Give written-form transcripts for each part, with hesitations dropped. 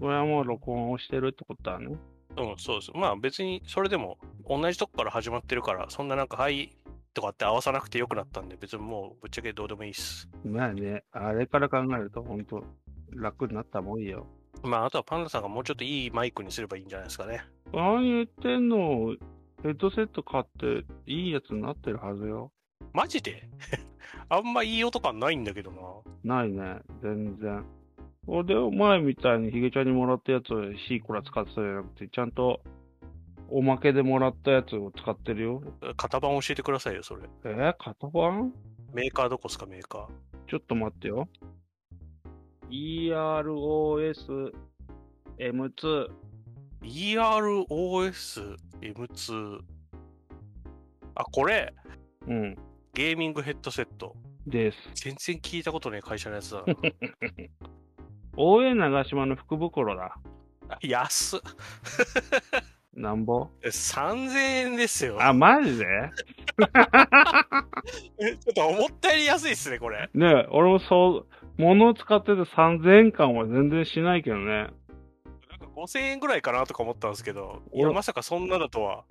これはもう録音をしてるってことだね。 うん、そうです。まあ別にそれでも同じとこから始まってるから、そんななんか、はいとかって合わさなくてよくなったんで、別にもうぶっちゃけどうでもいいっす。 まあね、あれから考えると本当楽になったもんよ。 まああとはパンダさんがもうちょっといいマイクにすればいいんじゃないですかね。 何言ってんの？ヘッドセット買っていいやつになってるはずよ。 マジであんまいい音感ないんだけどな。 ないね、全然。俺、前みたいにヒゲちゃんにもらったやつをシーコラ使ってたじゃなくて、ちゃんとおまけでもらったやつを使ってるよ。 型番教えてくださいよ、それ。 型番？ メーカーどこっすか、メーカちょっと待ってよ。EROS M2。 ー。EROS M2。あ、これ、 うん。 ゲーミングヘッドセット。 です。 全然聞いたことねえ会社のやつだな。 大江長島の福袋だ。 安っ。 なんぼ？ 3000円ですよ。 あ、マジで？ ちょっと思ったより安いっすね、これ。 ねえ、俺もそう、物を使ってて3000円感は全然しないけどね。 なんか5000円ぐらいかなとか思ったんですけど、いや、 俺まさかそんなだとは。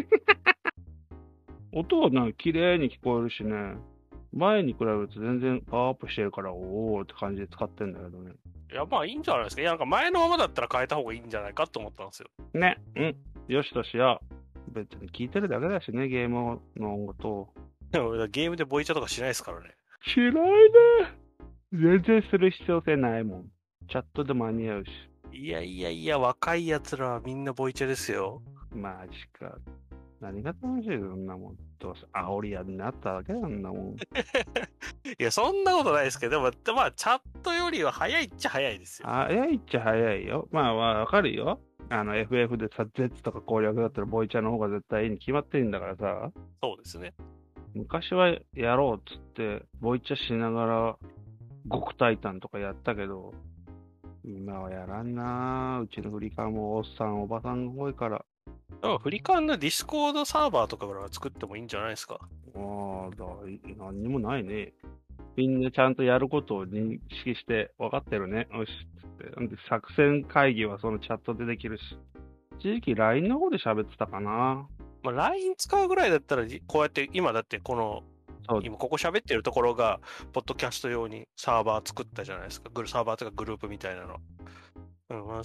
音はなんか綺麗に聞こえるしね。前に比べると全然パワーアップしてるから、おーって感じで使ってんだけどね。 いや、まあいいんじゃないですか。いや、なんか前のままだったら変えた方がいいんじゃないかと思ったんですよ。 ね、うん。よしとしよう。別に聞いてるだけだしね、ゲームの音を。 でもゲームでボイチャとかしないですからね。 嫌いね。全然する必要性ないもん。チャットで間に合うし。 いやいやいや、若い奴らはみんなボイチャですよ。 マジか。何が楽しいそんなもん。どうせ煽り屋になっただけなんだもん。 いや、そんなことないですけど、まあ、チャットよりは早いっちゃ早いですよ。 早いっちゃ早いよ。まあわかるよ。FF でさ、Z とか攻略だったらボイチャの方が絶対いいに決まってるんだからさ。 そうですね。 昔はやろうっつって、ボイチャしながら、極タイタンとかやったけど、今はやらんなぁ。うちのフリカもおっさん、おばさんが多いから。 でもフリカンのディスコードサーバーとかから作ってもいいんじゃないですか。 何にもないね。みんなちゃんとやることを認識して分かってるね。よし、つって。んで、作戦会議はそのチャットでできるし。一時期 LINE の方で喋ってたかな。 まあ、LINE 使うぐらいだったら、こうやって今だってそう、 今ここ喋ってるところが、ポッドキャスト用にサーバー作ったじゃないですか。サーバーとかグループみたいなの。まあ、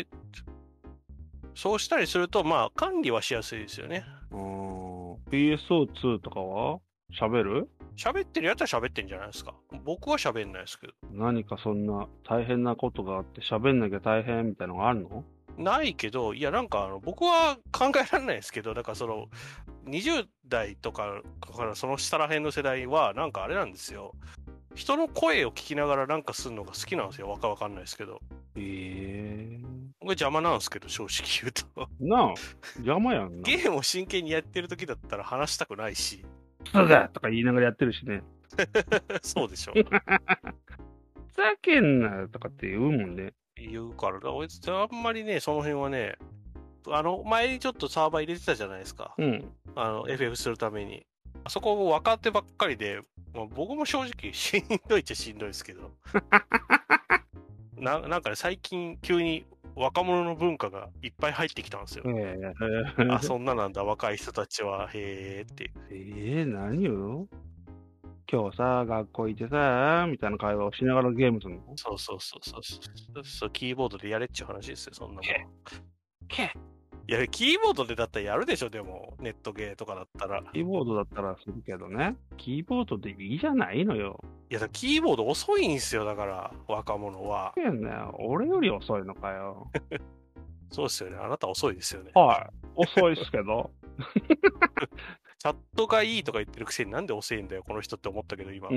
そうしたりすると、まあ、管理はしやすいですよね。 PSO2 とかは喋る？ 喋ってるやつは喋ってんじゃないですか。僕は喋んないですけど。 何かそんな大変なことがあって喋んなきゃ大変みたいなのがあるの？ ないけど、いや、なんか僕は考えられないですけど、だから20代とかからその下ら辺の世代は、なんかあれなんですよ。人の声を聞きながらなんかするのが好きなんですよ。わかんないですけど。これ邪魔なんですけど、正直言うと。 なあ、邪魔やんな。 ゲームを真剣にやってる時だったら話したくないし。 すぐとか言いながらやってるしね。 そうでしょ。 ふざけんなよとかって言うもんね。 言うから、俺あんまりね、その辺はね、前にちょっとサーバー入れてたじゃないですか。 うん。 FF するために。あそこ分かってばっかりで、まあ、僕も正直しんどいっちゃしんどいですけど。なんかね、最近急に若者の文化がいっぱい入ってきたんですよ。あ、そんななんだ、若い人たちは、へーっていう。 何よ今日さ、学校行ってさ、みたいな会話をしながらゲームするの？ そう、キーボードでやれっちゅう話ですよ、そんなもん。 けいや、キーボードでだったらやるでしょ、でも、ネットゲーとかだったら。 キーボードだったらするけどね。キーボードでいいじゃないのよ。 いや、キーボード遅いんすよ、だから、若者は。 いやね、俺より遅いのかよ。 そうですよね、あなた遅いですよね。 はい。遅いっすけど。 チャットがいいとか言ってるくせになんで遅いんだよ、この人って思ったけど、今。 うん。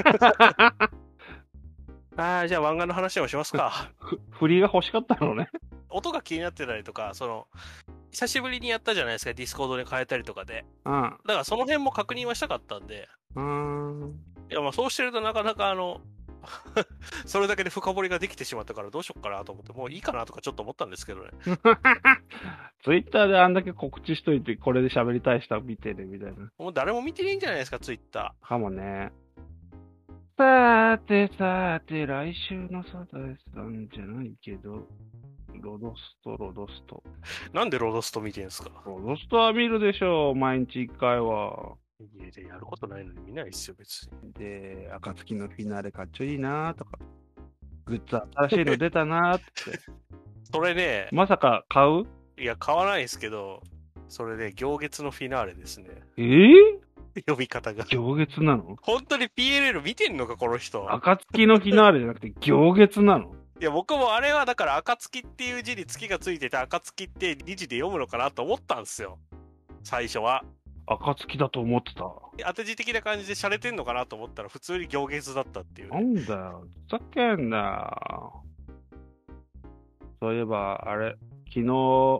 じゃあ漫画の話をしますか。 振りが欲しかったのね。 音が気になってたりとか、久しぶりにやったじゃないですか、ディスコードで変えたりとかで。 うん。 だからその辺も確認はしたかったんで。いや、まあそうしてるとなかなかそれだけで深掘りができてしまったからどうしよっかなと思って、もういいかなとかちょっと思ったんですけどね。 ツイッターであんだけ告知しといて、これで喋りたい人見てるみたいな。 もう誰も見てねえんじゃないですか、ツイッタかもね。さーて、来週のサザエさんじゃないけど。 ロドスト、ロドスト。 なんでロドスト見てんすか？ ロドストは見るでしょう、毎日1回は。 家でやることないのに見ないっすよ、別に。 で、暁のフィナーレかっちょいいなとか、グッズ新しいの出たなって。 それね、 まさか買う？ いや、買わないですけど、それね、行月のフィナーレですね。呼び方が。 行月なの？ 本当に PLL 見てんのか、この人。 暁のフィナーレじゃなくて行月なの？ いや、僕もあれはだから、暁っていう字に月がついてて、暁って2字で読むのかなと思ったんですよ。最初は。 暁だと思ってた。 当て字的な感じで洒落てんのかなと思ったら、普通に行月だったっていう、 なんだよ、ふざけんなよ。そういえば、あれ、昨日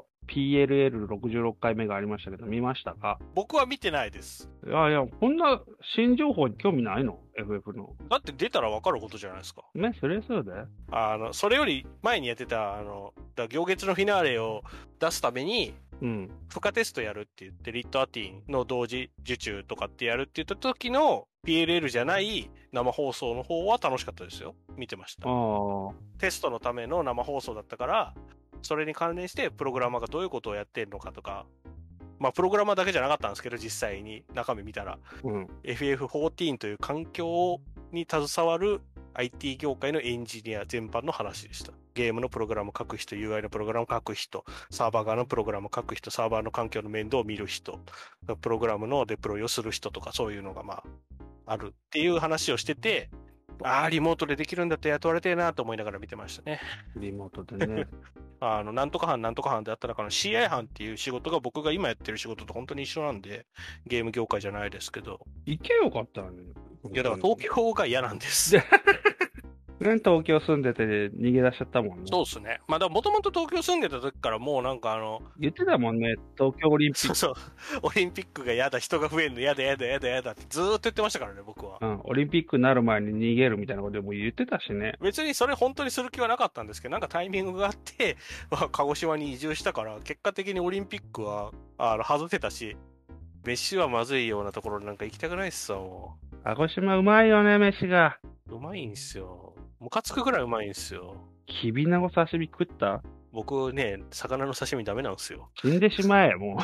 PLL66 回目がありましたけど、見ましたか？ 僕は見てないです。 いやいや、こんな新情報に興味ないの？ FF の。 だって出たら分かることじゃないですか。 ね、そりゃそうだよ。 それより前にやってた、行月のフィナーレを出すために、 うん。 負荷テストやるって言って、リットアティンの同時受注とかってやるって言った時の PLL じゃない生放送の方は楽しかったですよ。見てました。テストのための生放送だったから、それに関連してプログラマーがどういうことをやってるのかとか、まあプログラマーだけじゃなかったんですけど、実際に中身見たら、FF14 という環境に携わる IT 業界のエンジニア全般の話でした。ゲームのプログラム書く人、UI のプログラム書く人、サーバー側のプログラム書く人、サーバーの環境の面倒を見る人、プログラムのデプロイをする人とか、そういうのがまあ、あるっていう話をしてて、リモートでできるんだって雇われてえなと思いながら見てましたね。 リモートでね。 なんとか班なんとか班であった中の CI 班っていう仕事が僕が今やってる仕事と本当に一緒なんで、ゲーム業界じゃないですけど。 行けよかったらね。 いや、だから東京が嫌なんです。 東京住んでて逃げ出しちゃったもんね。 そうっすね。まあ、もともと東京住んでた時からもうなんか言ってたもんね、東京オリンピック。 そう、オリンピックが嫌だ、人が増えるの嫌だってずーっと言ってましたからね、僕は。 オリンピックになる前に逃げるみたいなことでも言ってたしね。 別にそれ本当にする気はなかったんですけど、なんかタイミングがあって、鹿児島に移住したから、結果的にオリンピックは、外せたし、飯はまずいようなところなんか行きたくないっすよ。 鹿児島うまいよね、飯が。 うまいんすよ。ムカつくぐらいうまいんすよ。 きびなご刺身食った？ 僕ね、魚の刺身ダメなんすよ。 死んでしまえ、もう。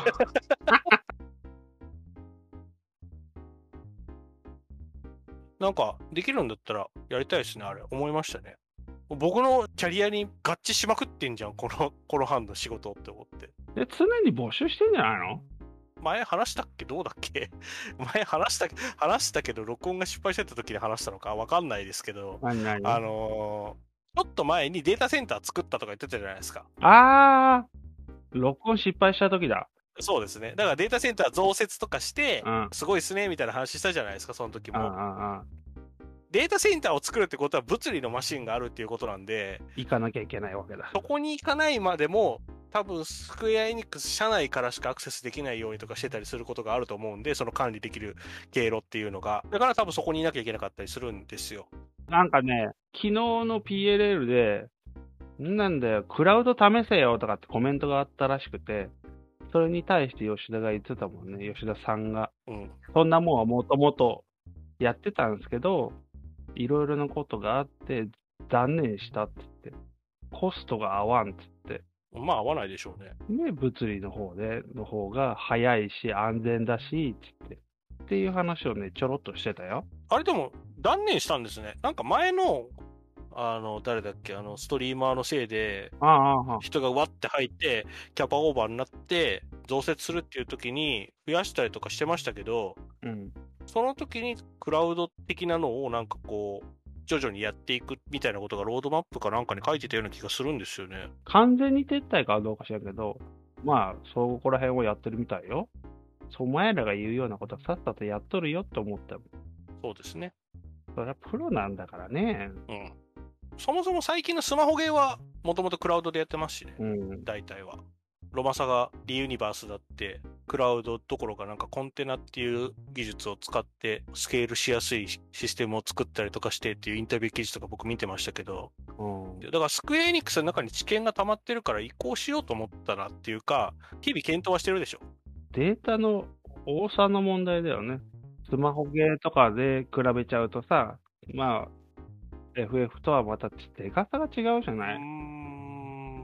なんか、できるんだったらやりたいですね、あれ。思いましたね。僕のキャリアに合致しまくってんじゃん、この班の仕事って思って。 常に募集してんじゃないの？ 前話したっけ？どうだっけ？前話したけど、録音が失敗してた時に話したのかわかんないですけど、 何？ ちょっと前にデータセンター作ったとか言ってたじゃないですか。 録音失敗した時だ。 そうですね。だからデータセンター増設とかして、 うん、 すごいっすね、みたいな話したじゃないですか、その時も。 あデータセンターを作るってことは物理のマシンがあるっていうことなんで、 行かなきゃいけないわけだ。 そこに行かないまでも、多分スクエアエニックス社内からしかアクセスできないようにとかしてたりすることがあると思うんで、その管理できる経路っていうのが。だから多分そこにいなきゃいけなかったりするんですよ。 なんかね、昨日の PLL で、なんだよ、クラウド試せよとかってコメントがあったらしくて、それに対して吉田が言ってたもんね、吉田さんが。そんなもんはもともとやってたんですけど、いろいろなことがあって断念したって言って、コストが合わんって言って。 まあ合わないでしょうね。 ね、物理の方が早いし安全だし、っていう話をね、ちょろっとしてたよ。 あれでも断念したんですね。なんか前の、誰だっけ、ストリーマーのせいで、人がわって入って、キャパオーバーになって、増設するっていう時に増やしたりとかしてましたけど、その時にクラウド的なのをなんかこう、徐々にやっていくみたいなことがロードマップかなんかに書いてたような気がするんですよね。 完全に撤退かどうか知らんけど、まあ、そこら辺をやってるみたいよ。お前らが言うようなことはさっさとやっとるよって思ったもん。 そうですね。 それはプロなんだからね。 そもそも最近のスマホゲーはもともとクラウドでやってますしね。大体は。ロマサがリユニバースだってクラウドどころかなんかコンテナっていう技術を使ってスケールしやすいシステムを作ったりとかしてっていうインタビュー記事とか僕見てましたけど、だからスクエアエニックスの中に知見が溜まってるから移行しようと思ったらっていうか、日々検討はしてるでしょ。データの多さの問題だよね。スマホゲーとかで比べちゃうとさ、まあ、FF とはまたでかさが違うじゃない？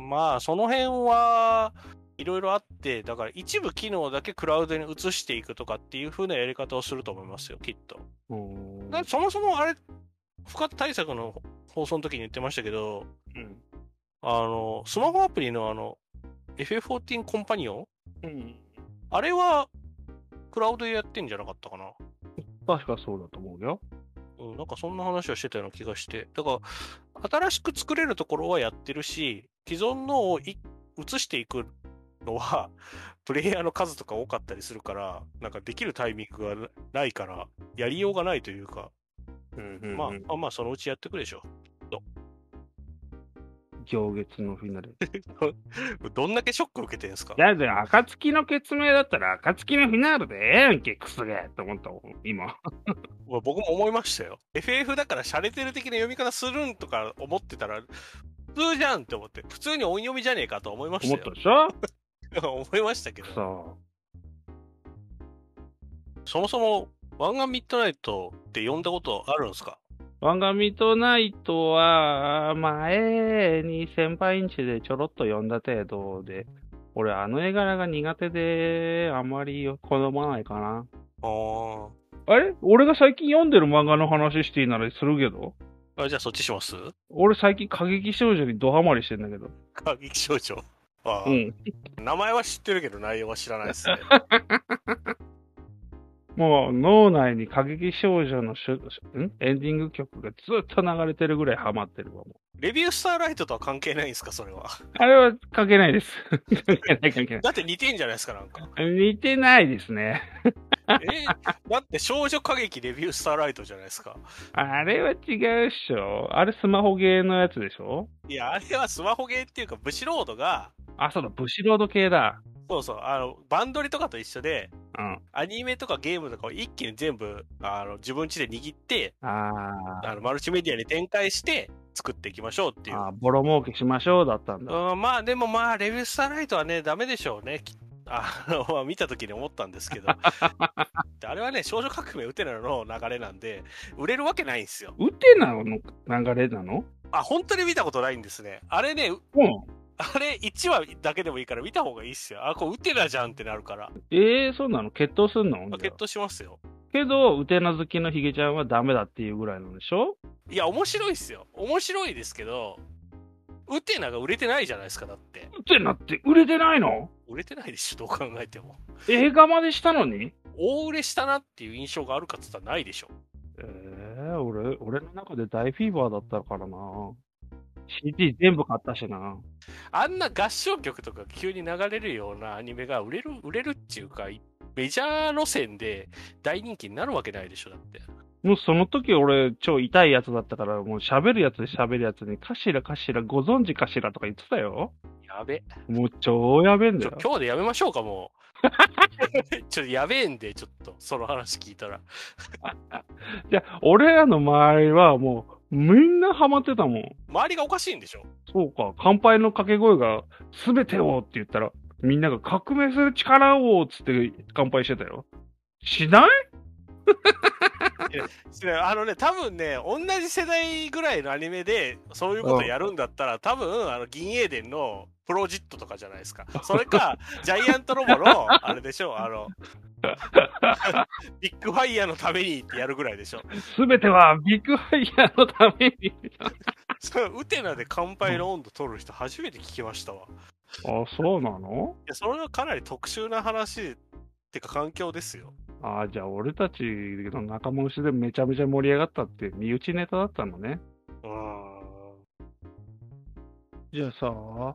まあ、その辺はいろいろあって、だから一部機能だけクラウドに移していくとかっていう風なやり方をすると思いますよ、きっと。だそもそもあれ、不活対策の放送の時に言ってましたけど、 うん。 スマホアプリのFF14 コンパニオン、 うん。 あれはクラウドでやってんじゃなかったかな。 確かそうだと思うよ。 なんかそんな話はしてたような気がして。だから、新しく作れるところはやってるし、既存のを移していくのは、プレイヤーの数とか多かったりするから、なんかできるタイミングがないから、やりようがないというか、まあ、そのうちやってくるでしょ。 上月のフィナーレ。 どんだけショック受けてんすか？ だって、暁の決明だったら、暁のフィナーレでええやんけ、クソげって思ったもん、今。 僕も思いましたよ。FF だから洒落てる的な読み方するんとか思ってたら、普通じゃんって思って、普通に音読みじゃねえかと思いまし思たよ。 ったでしょ思いましたけど。 そそもそも、湾岸ミッドナイトって読んだことあるんですか？ 湾岸ミッドナイトは、前に先輩んちでちょろっと読んだ程度で、俺あの絵柄が苦手で、あまり好まないかな。あれ俺が最近読んでる漫画の話していいならするけど。 じゃあそっちします？ 俺最近過激少女にドハマりしてんだけど。 過激少女。 うん。 名前は知ってるけど内容は知らないですね。 もう脳内に過激少女のエンディング曲がずっと流れてるぐらいハマってるわ。もうレビュースターライトとは関係ないんですか、それは。 あれは関係ないです。関係ない関係ない。 だって似てんじゃないですか、なんか。 似てないですね。 だって少女過激レビュースターライトじゃないですか。 あれは違うっしょ。あれスマホゲーのやつでしょ？ いや、あれはスマホゲーっていうか、ブシロードが、 あ、そうだ、ブシロード系だ。 そうそう、バンドリとかと一緒で、 うん。 アニメとかゲームとかを一気に全部、自分家で握って、マルチメディアに展開して作っていきましょうっていう。 ボロ儲けしましょうだったんだ。 まあ、でもまあ、レビュースターライトはね、ダメでしょうね。見た時に思ったんですけど。あれはね、少女革命ウテナの流れなんで、売れるわけないんですよ。 ウテナの流れなの？ 本当に見たことないんですね。あれね、あれ1話だけでもいいから見た方がいいっすよ。これウテナじゃんってなるから。 そうなの？決闘すんの？ 決闘しますよ。 けど、ウテナ好きのヒゲちゃんはダメだっていうぐらいなんでしょ？ いや、面白いっすよ。面白いですけど、ウテナが売れてないじゃないですか、だって。 ウテナって売れてないの？ 売れてないでしょ、どう考えても。 映画までしたのに？ 大売れしたなっていう印象があるかって言ったらないでしょ。 俺の中で大フィーバーだったからな。CD 全部買ったしな。 あんな合唱曲とか急に流れるようなアニメが売れるっていうか、メジャー路線で大人気になるわけないでしょ、だって。 もうその時俺超痛いやつだったから、もう喋るやつで喋るやつに、かしらご存知かしらとか言ってたよ。 やべ。 もう超やべえんだよ。 今日でやめましょうか、もう。ちょっとやべえんで、ちょっと、その話聞いたら。 じゃあ、俺らの周りはもう、みんなハマってたもん。 周りがおかしいんでしょ？ そうか、乾杯の掛け声が、すべてをって言ったら、みんなが革命する力をつって乾杯してたよ。しない？ 多分ね、同じ世代ぐらいのアニメで、そういうことやるんだったら、多分、銀英伝のプロジットとかじゃないですか。それか、ジャイアントロボの、あれでしょ、ビッグファイヤーのためにってやるぐらいでしょ。 すべてはビッグファイヤーのために。 ウテナで乾杯の温度取る人初めて聞きましたわ。 あ、そうなの？ いや、それはかなり特殊な話ってか環境ですよ。 じゃあ俺たちの仲間内でめちゃめちゃ盛り上がったって身内ネタだったのね。じゃあさ、 はい。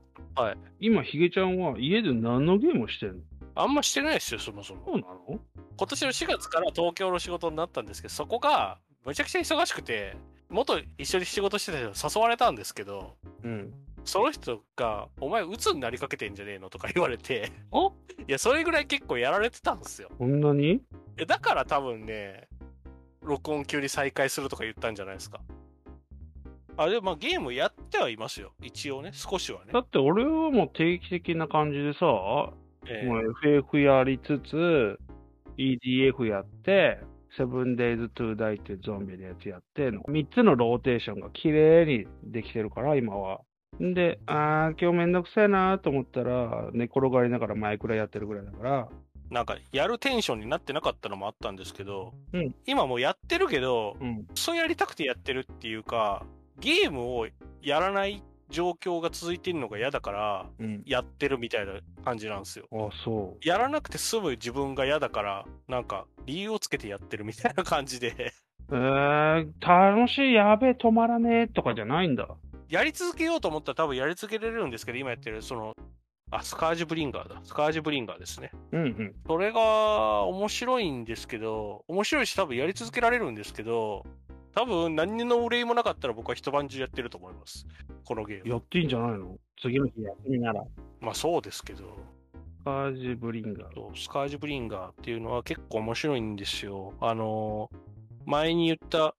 今ヒゲちゃんは家で何のゲームをしてんの？ あんましてないですよ、そもそも。 そうなの？ 今年の4月から東京の仕事になったんですけど、そこがめちゃくちゃ忙しくて、元一緒に仕事してた人誘われたんですけど、その人が、お前鬱になりかけてんじゃねえのとか言われて、いや、それぐらい結構やられてたんですよ。 こんなに？ だから多分ね、録音急に再開するとか言ったんじゃないですか。でもまあゲームやってはいますよ。一応ね、少しはね。 だって俺はもう定期的な感じでさ、もう FF やりつつ、EDF やって、7 days to die ってゾンビのやつやって、3つのローテーションが綺麗にできてるから、今は。 で、今日めんどくさいなと思ったら、寝転がりながらマイクラやってるぐらいだから、 なんか、やるテンションになってなかったのもあったんですけど、 うん今もうやってるけど、 うん。 そうやりたくてやってるっていうか、ゲームをやらない状況が続いてるのが嫌だから、 うん。 やってるみたいな感じなんですよ。 あ、そやらなくて済む自分が嫌だから、なんか、理由をつけてやってるみたいな感じで、 う。楽しい、やべえ、止まらねえとかじゃないんだ。 やり続けようと思ったら多分やり続けられるんですけど、今やってる、スカージュブリンガーだ。スカージュブリンガーですね。 うんうん。 それが面白いんですけど、面白いし多分やり続けられるんですけど、多分何の憂いもなかったら僕は一晩中やってると思います。このゲーム。 やっていいんじゃないの？次の日休みなら。 まあそうですけど、 カージブリンガー。 スカージュブリンガーっていうのは結構面白いんですよ。前に言った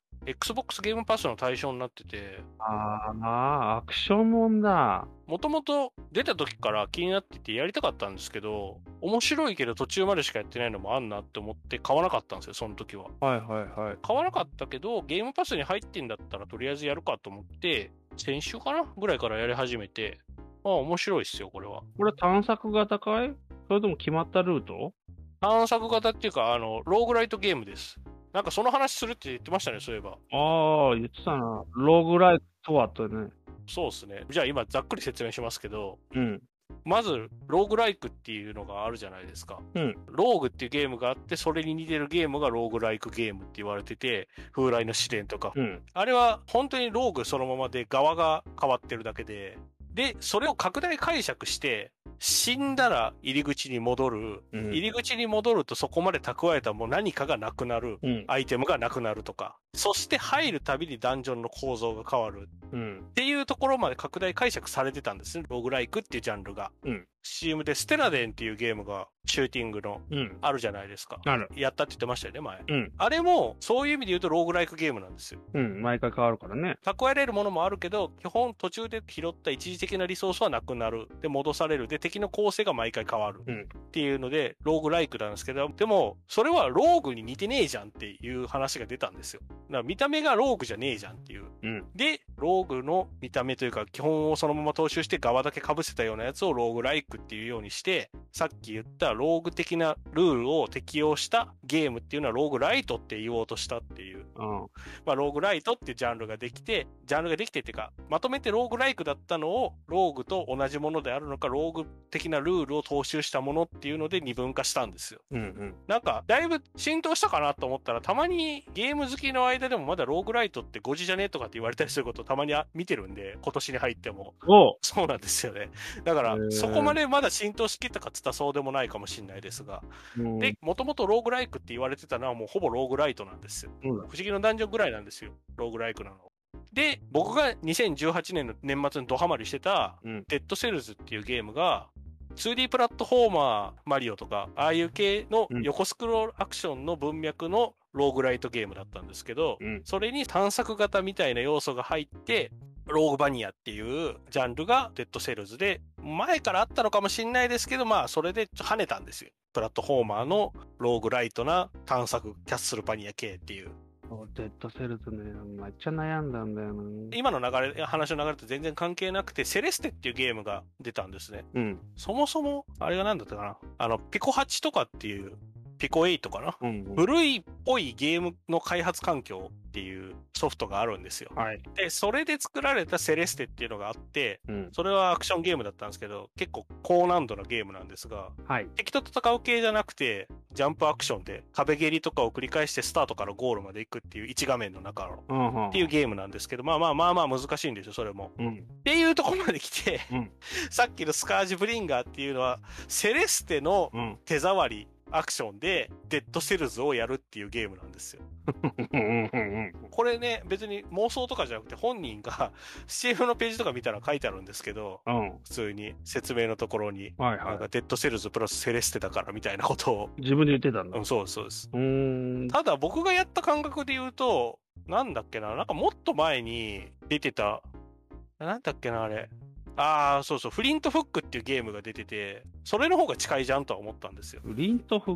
Xbox ゲームパスの対象になってて、 アクションもんだ。 もともと出た時から気になっててやりたかったんですけど、面白いけど途中までしかやってないのもあんなって思って買わなかったんですよ、その時は。 はいはいはい。 買わなかったけど、ゲームパスに入ってんだったらとりあえずやるかと思って、先週かなぐらいからやり始めて、まあ面白いっすよ、これは。 これ探索型かい？それとも決まったルート？ 探索型っていうか、ローグライトゲームです。なんかその話するって言ってましたね、そういえば。 言ってたな。ローグライクとはとね。 そうですね。じゃあ今ざっくり説明しますけど、 うん。 まず、ローグライクっていうのがあるじゃないですか。 うん。 ローグっていうゲームがあって、それに似てるゲームがローグライクゲームって言われてて、風来の試練とか。 うん。 あれは本当にローグそのままで側が変わってるだけで、で、それを拡大解釈して、死んだら入り口に戻る。 うん入り口に戻るとそこまで蓄えたもう何かがなくなる。 うん。 アイテムがなくなるとか。そして入るたびにダンジョンの構造が変わる。 うん。 っていうところまで拡大解釈されてたんですね。ローグライクっていうジャンルが。 うん。 CM でステラデンっていうゲームがシューティングのうん。 あるじゃないですか。 ある。 やったって言ってましたよね、前。 うん。 あれも、そういう意味で言うとローグライクゲームなんですよ。 うん。毎回変わるからね。 蓄えれるものもあるけど、基本途中で拾った一時的なリソースはなくなる。で、戻される。で、敵の構成が毎回変わる。 うん。 っていうので、ローグライクなんですけど、でも、それはローグに似てねえじゃんっていう話が出たんですよ。だから見た目がローグじゃねえじゃんっていう。 うん。 で、ローグの見た目というか、基本をそのまま踏襲して側だけ被せたようなやつをローグライクっていうようにして、さっき言ったローグ的なルールを適用したゲームっていうのはローグライトって言おうとしたっていう。 うん。 まあ、ローグライトっていうジャンルができてっていうか、まとめてローグライクだったのを、ローグと同じものであるのか、ローグ的なルールを踏襲したものっていうので二分化したんですよ。 うん。 なんか、だいぶ浸透したかなと思ったら、たまにゲーム好きの間でもまだローグライトって5時じゃねえとかって言われたりすることをたまに見てるんで、今年に入っても。 おそうなんですよね。だからへ、ーそこまでまだ浸透しきったかつったそうでもないかもしれないですが。 うん。 で、もともとローグライクって言われてたのはもうほぼローグライトなんですよ。 うん。 不思議のダンジョンぐらいなんですよ。ローグライクなの。で、僕が2018年の年末にドハマりしてた、 うん。 デッドセルズっていうゲームが、2D プラットフォーマーマリオとか、ああいう系の横スクロールアクションの文脈のローグライトゲームだったんですけど、 うんそれに探索型みたいな要素が入って、ローグバニアっていうジャンルがデッドセルズで、前からあったのかもしれないですけど、まあそれで跳ねたんですよ。プラットフォーマーのローグライトな探索キャッスルバニア系っていう。 デッドセルズね、めっちゃ悩んだんだよな。 今の流れ、話の流れと全然関係なくて、セレステっていうゲームが出たんですね。 うん。 そもそも、あれが何だったかなピコ8とかっていう、ピコ8かな、 うん。 古いっぽいゲームの開発環境っていうソフトがあるんですよ。 はい。 で、それで作られたセレステっていうのがあって、 うん。 それはアクションゲームだったんですけど、結構高難度なゲームなんですが、 はい。 敵と戦う系じゃなくて、ジャンプアクションで壁蹴りとかを繰り返してスタートからゴールまで行くっていう1画面の中のうん。 っていうゲームなんですけど、まあ難しいんですよ、それも。 うん。 っていうところまで来て、 うん。 さっきのスカージブリンガーっていうのは、セレステのうん。 手触り、アクションでデッドセルズをやるっていうゲームなんですよ。これね、別に妄想とかじゃなくて本人が CM のページとか見たら書いてあるんですけど、 うん。 普通に説明のところに、 はいなんかはデッドセルズプラスセレステだからみたいなことを、 い。自分で言ってたんだ。 そうです、そうです。 ん。 ただ僕がやった感覚で言うと、なんだっけな、なんかもっと前に出てた、なんだっけな、あれ。そうそう、フリントフックっていうゲームが出てて、それの方が近いじゃんとは思ったんですよ。 フリントフック。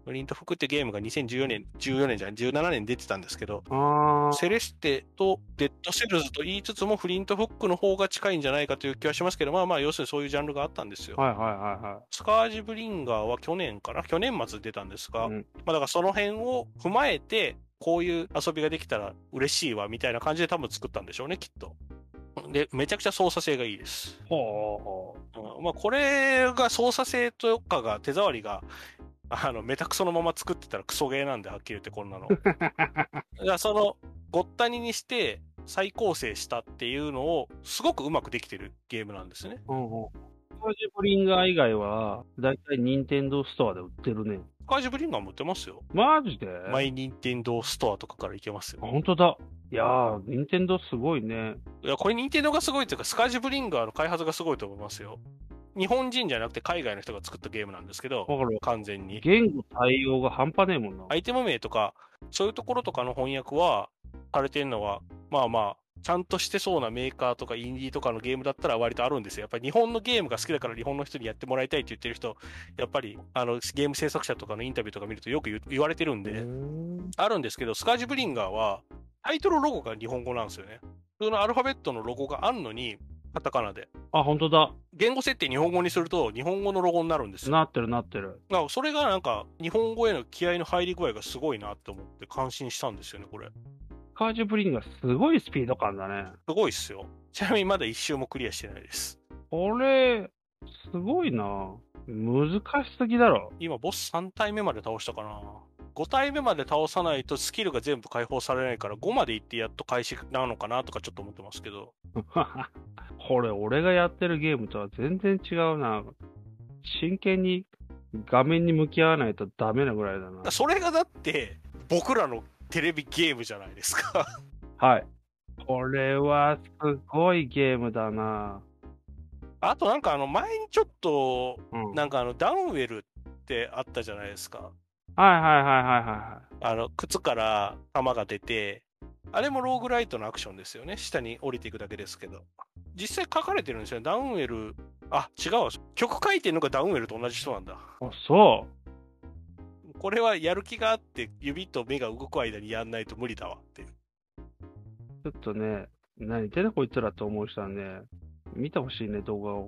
フリントフックってゲームが2014年、14年じゃない、17年出てたんですけど、 あセレステとデッドセルズと言いつつもフリントフックの方が近いんじゃないかという気はしますけど、まあまあ、要するにそういうジャンルがあったんですよ。 はいはいはいはい。 スカージブリンガーは去年末出たんですが、 うんまあだからその辺を踏まえて、こういう遊びができたら嬉しいわみたいな感じで多分作ったんでしょうね、きっと。で、めちゃくちゃ操作性がいいです。 ほまあこれが操作性とかが手触りが、めたくそのまま作ってたらクソゲーなんで、はっきり言ってこんなの。だからその、ごったににして再構成したっていうのを、すごくうまくできてるゲームなんですね。 う。スカージブリンガー以外は、だいたい任天堂ストアで売ってるね。 スカージブリンガーも売ってますよ。 マジでマイニンテンドーストアとかから行けますよ。 本当だ。いやー、任天堂すごいね。 いや、これ任天堂がすごいっていうか、スカージブリンガーの開発がすごいと思いますよ。日本人じゃなくて海外の人が作ったゲームなんですけど、 わかる。 完全に。 言語対応が半端ねえもんな。 アイテム名とか、そういうところとかの翻訳は、されてるのは、まあまあ、ちゃんとしてそうなメーカーとかインディーとかのゲームだったら割とあるんですよ。やっぱり日本のゲームが好きだから日本の人にやってもらいたいって言ってる人、やっぱりゲーム制作者とかのインタビューとか見るとよく言われてるんで、あるんですけど、スカージブリンガーはタイトルロゴが日本語なんですよね。普通のアルファベットのロゴがあるのに、カタカナで。 あ、本当だ。 言語設定日本語にすると日本語のロゴになるんですよ。 なってるなってる。 それがなんか日本語への気合の入り具合がすごいなって思って感心したんですよね、これ。 スカージブリンガーすごいスピード感だね。 すごいっすよ。ちなみにまだ一周もクリアしてないです。 これ、すごいな。難しすぎだろ。 今ボス3体目まで倒したかな。5体目まで倒さないとスキルが全部解放されないから5まで行ってやっと開始なのかなとかちょっと思ってますけど。 これ、俺がやってるゲームとは全然違うな。真剣に画面に向き合わないとダメなぐらいだな。 それがだって僕らのテレビゲームじゃないですか。 はい。これはすごいゲームだな。 あとなんか前にちょっと、 うんなんかダウンウェルってあったじゃないですか。 はいはいはいはいはい。 靴から弾が出て、あれもローグライトのアクションですよね。下に降りていくだけですけど。実際書かれてるんですよね。ダウンウェル、違うわ。曲書いてるのがダウンウェルと同じ人なんだ。 あ、そこれはやる気があって指と目が動く間にやんないと無理だわっていう。 う。ちょっとね、何言ってんだこいつらと思う人はね、見てほしいね、動画を。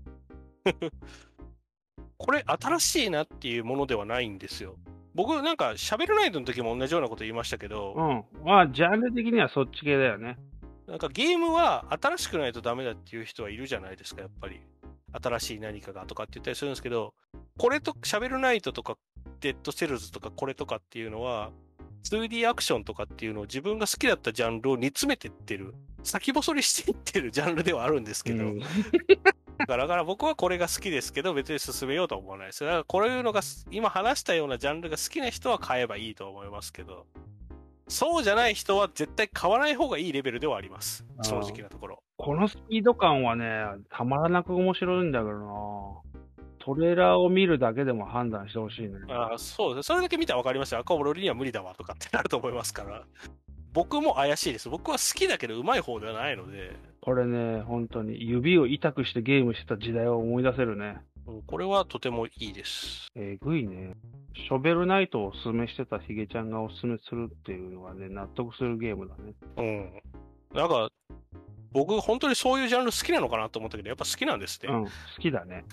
これ新しいなっていうものではないんですよ。僕なんか喋るナイトの時も同じようなこと言いましたけど、 まあ、ジャンル的にはそっち系だよね。 なんかゲームは新しくないとダメだっていう人はいるじゃないですか、やっぱり。新しい何かがとかって言ったりするんですけど、これと喋るナイトとかデッドセルズとかこれとかっていうのは、2D アクションとかっていうのを自分が好きだったジャンルを煮詰めてってる、先細りしていってるジャンルではあるんですけど、だから僕はこれが好きですけど、別に進めようとは思わないです。だからこういうのが、今話したようなジャンルが好きな人は買えばいいと思いますけど、そうじゃない人は絶対買わない方がいいレベルではあります。正直なところ。 このスピード感はね、たまらなく面白いんだけどな。トレーラーを見るだけでも判断してほしいね。 そうです。それだけ見たら分かりますよ。俺には無理だわとかってなると思いますから。僕も怪しいです。僕は好きだけど上手い方ではないので。 これね、本当に指を痛くしてゲームしてた時代を思い出せるね。 これはとてもいいです。 えぐいね。ショベルナイトをおすすめしてたヒゲちゃんがおすすめするっていうのはね、納得するゲームだね。 なんか、僕本当にそういうジャンル好きなのかなと思ったけど、やっぱ好きなんですね。 好きだね。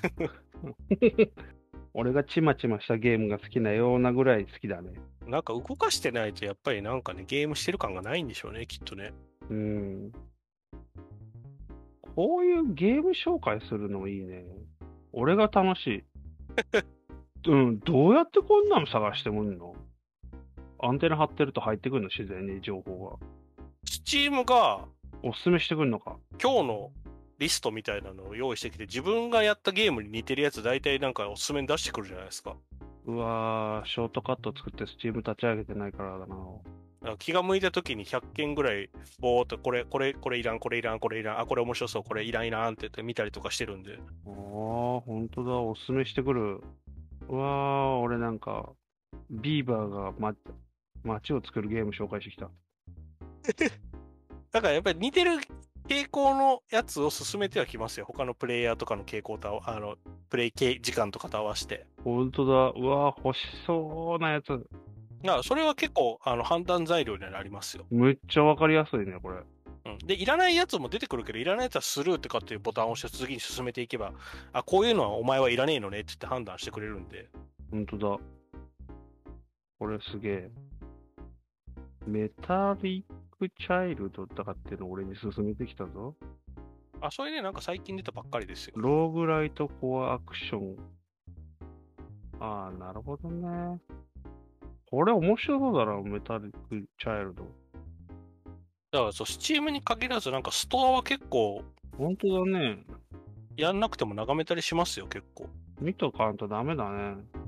俺がちまちましたゲームが好きなようなぐらい好きだね。 なんか動かしてないとやっぱりなんかね、ゲームしてる感がないんでしょうね、きっとね。 こういうゲーム紹介するのいいね。俺が楽しい。どうやってこんなの探してもんの？アンテナ張ってると入ってくるの、自然に情報が。 スチームがおすすめしてくるのか。 今日のリストみたいなのを用意してきて、自分がやったゲームに似てるやつ大体なんかおすすめに出してくるじゃないですか。 うわー、ショートカット作ってスチーム立ち上げてないからだな。 気が向いた時に100件ぐらいぼーっとこれいらん、これいらん、これいらん、これ面白そう、これいらんいらんって言って見たりとかしてるんで。 ほんとだ、おすすめしてくる。うわー、俺なんか、ビーバーが街を作るゲーム紹介してきた。 だからやっぱり似てる傾向のやつを進めてはきますよ。他のプレイヤーとかの傾向と、プレイ時間とかと合わせて。 ほんとだ。うわ欲しそうなやつ。 だからそれは結構判断材料にはなりますよ。 むっちゃわかりやすいね、これ。 うん。で、いらないやつも出てくるけど、いらないやつはスルーってかっていうボタンを押して次に進めていけば、あ、こういうのはお前はいらねえのねって言って判断してくれるんで。 ほんとだ。これすげえ。メタリックチャイルドとかっていうのを俺に進めてきたぞ。 あ、それね、なんか最近出たばっかりですよ。 ローグライトコアアクション。ああ、なるほどね。これ面白そうだな、メタリックチャイルド。 だからそう、スチームに限らず、なんかストアは結構、 ほんとだね。 やんなくても眺めたりしますよ、結構。 見とかんとダメだね。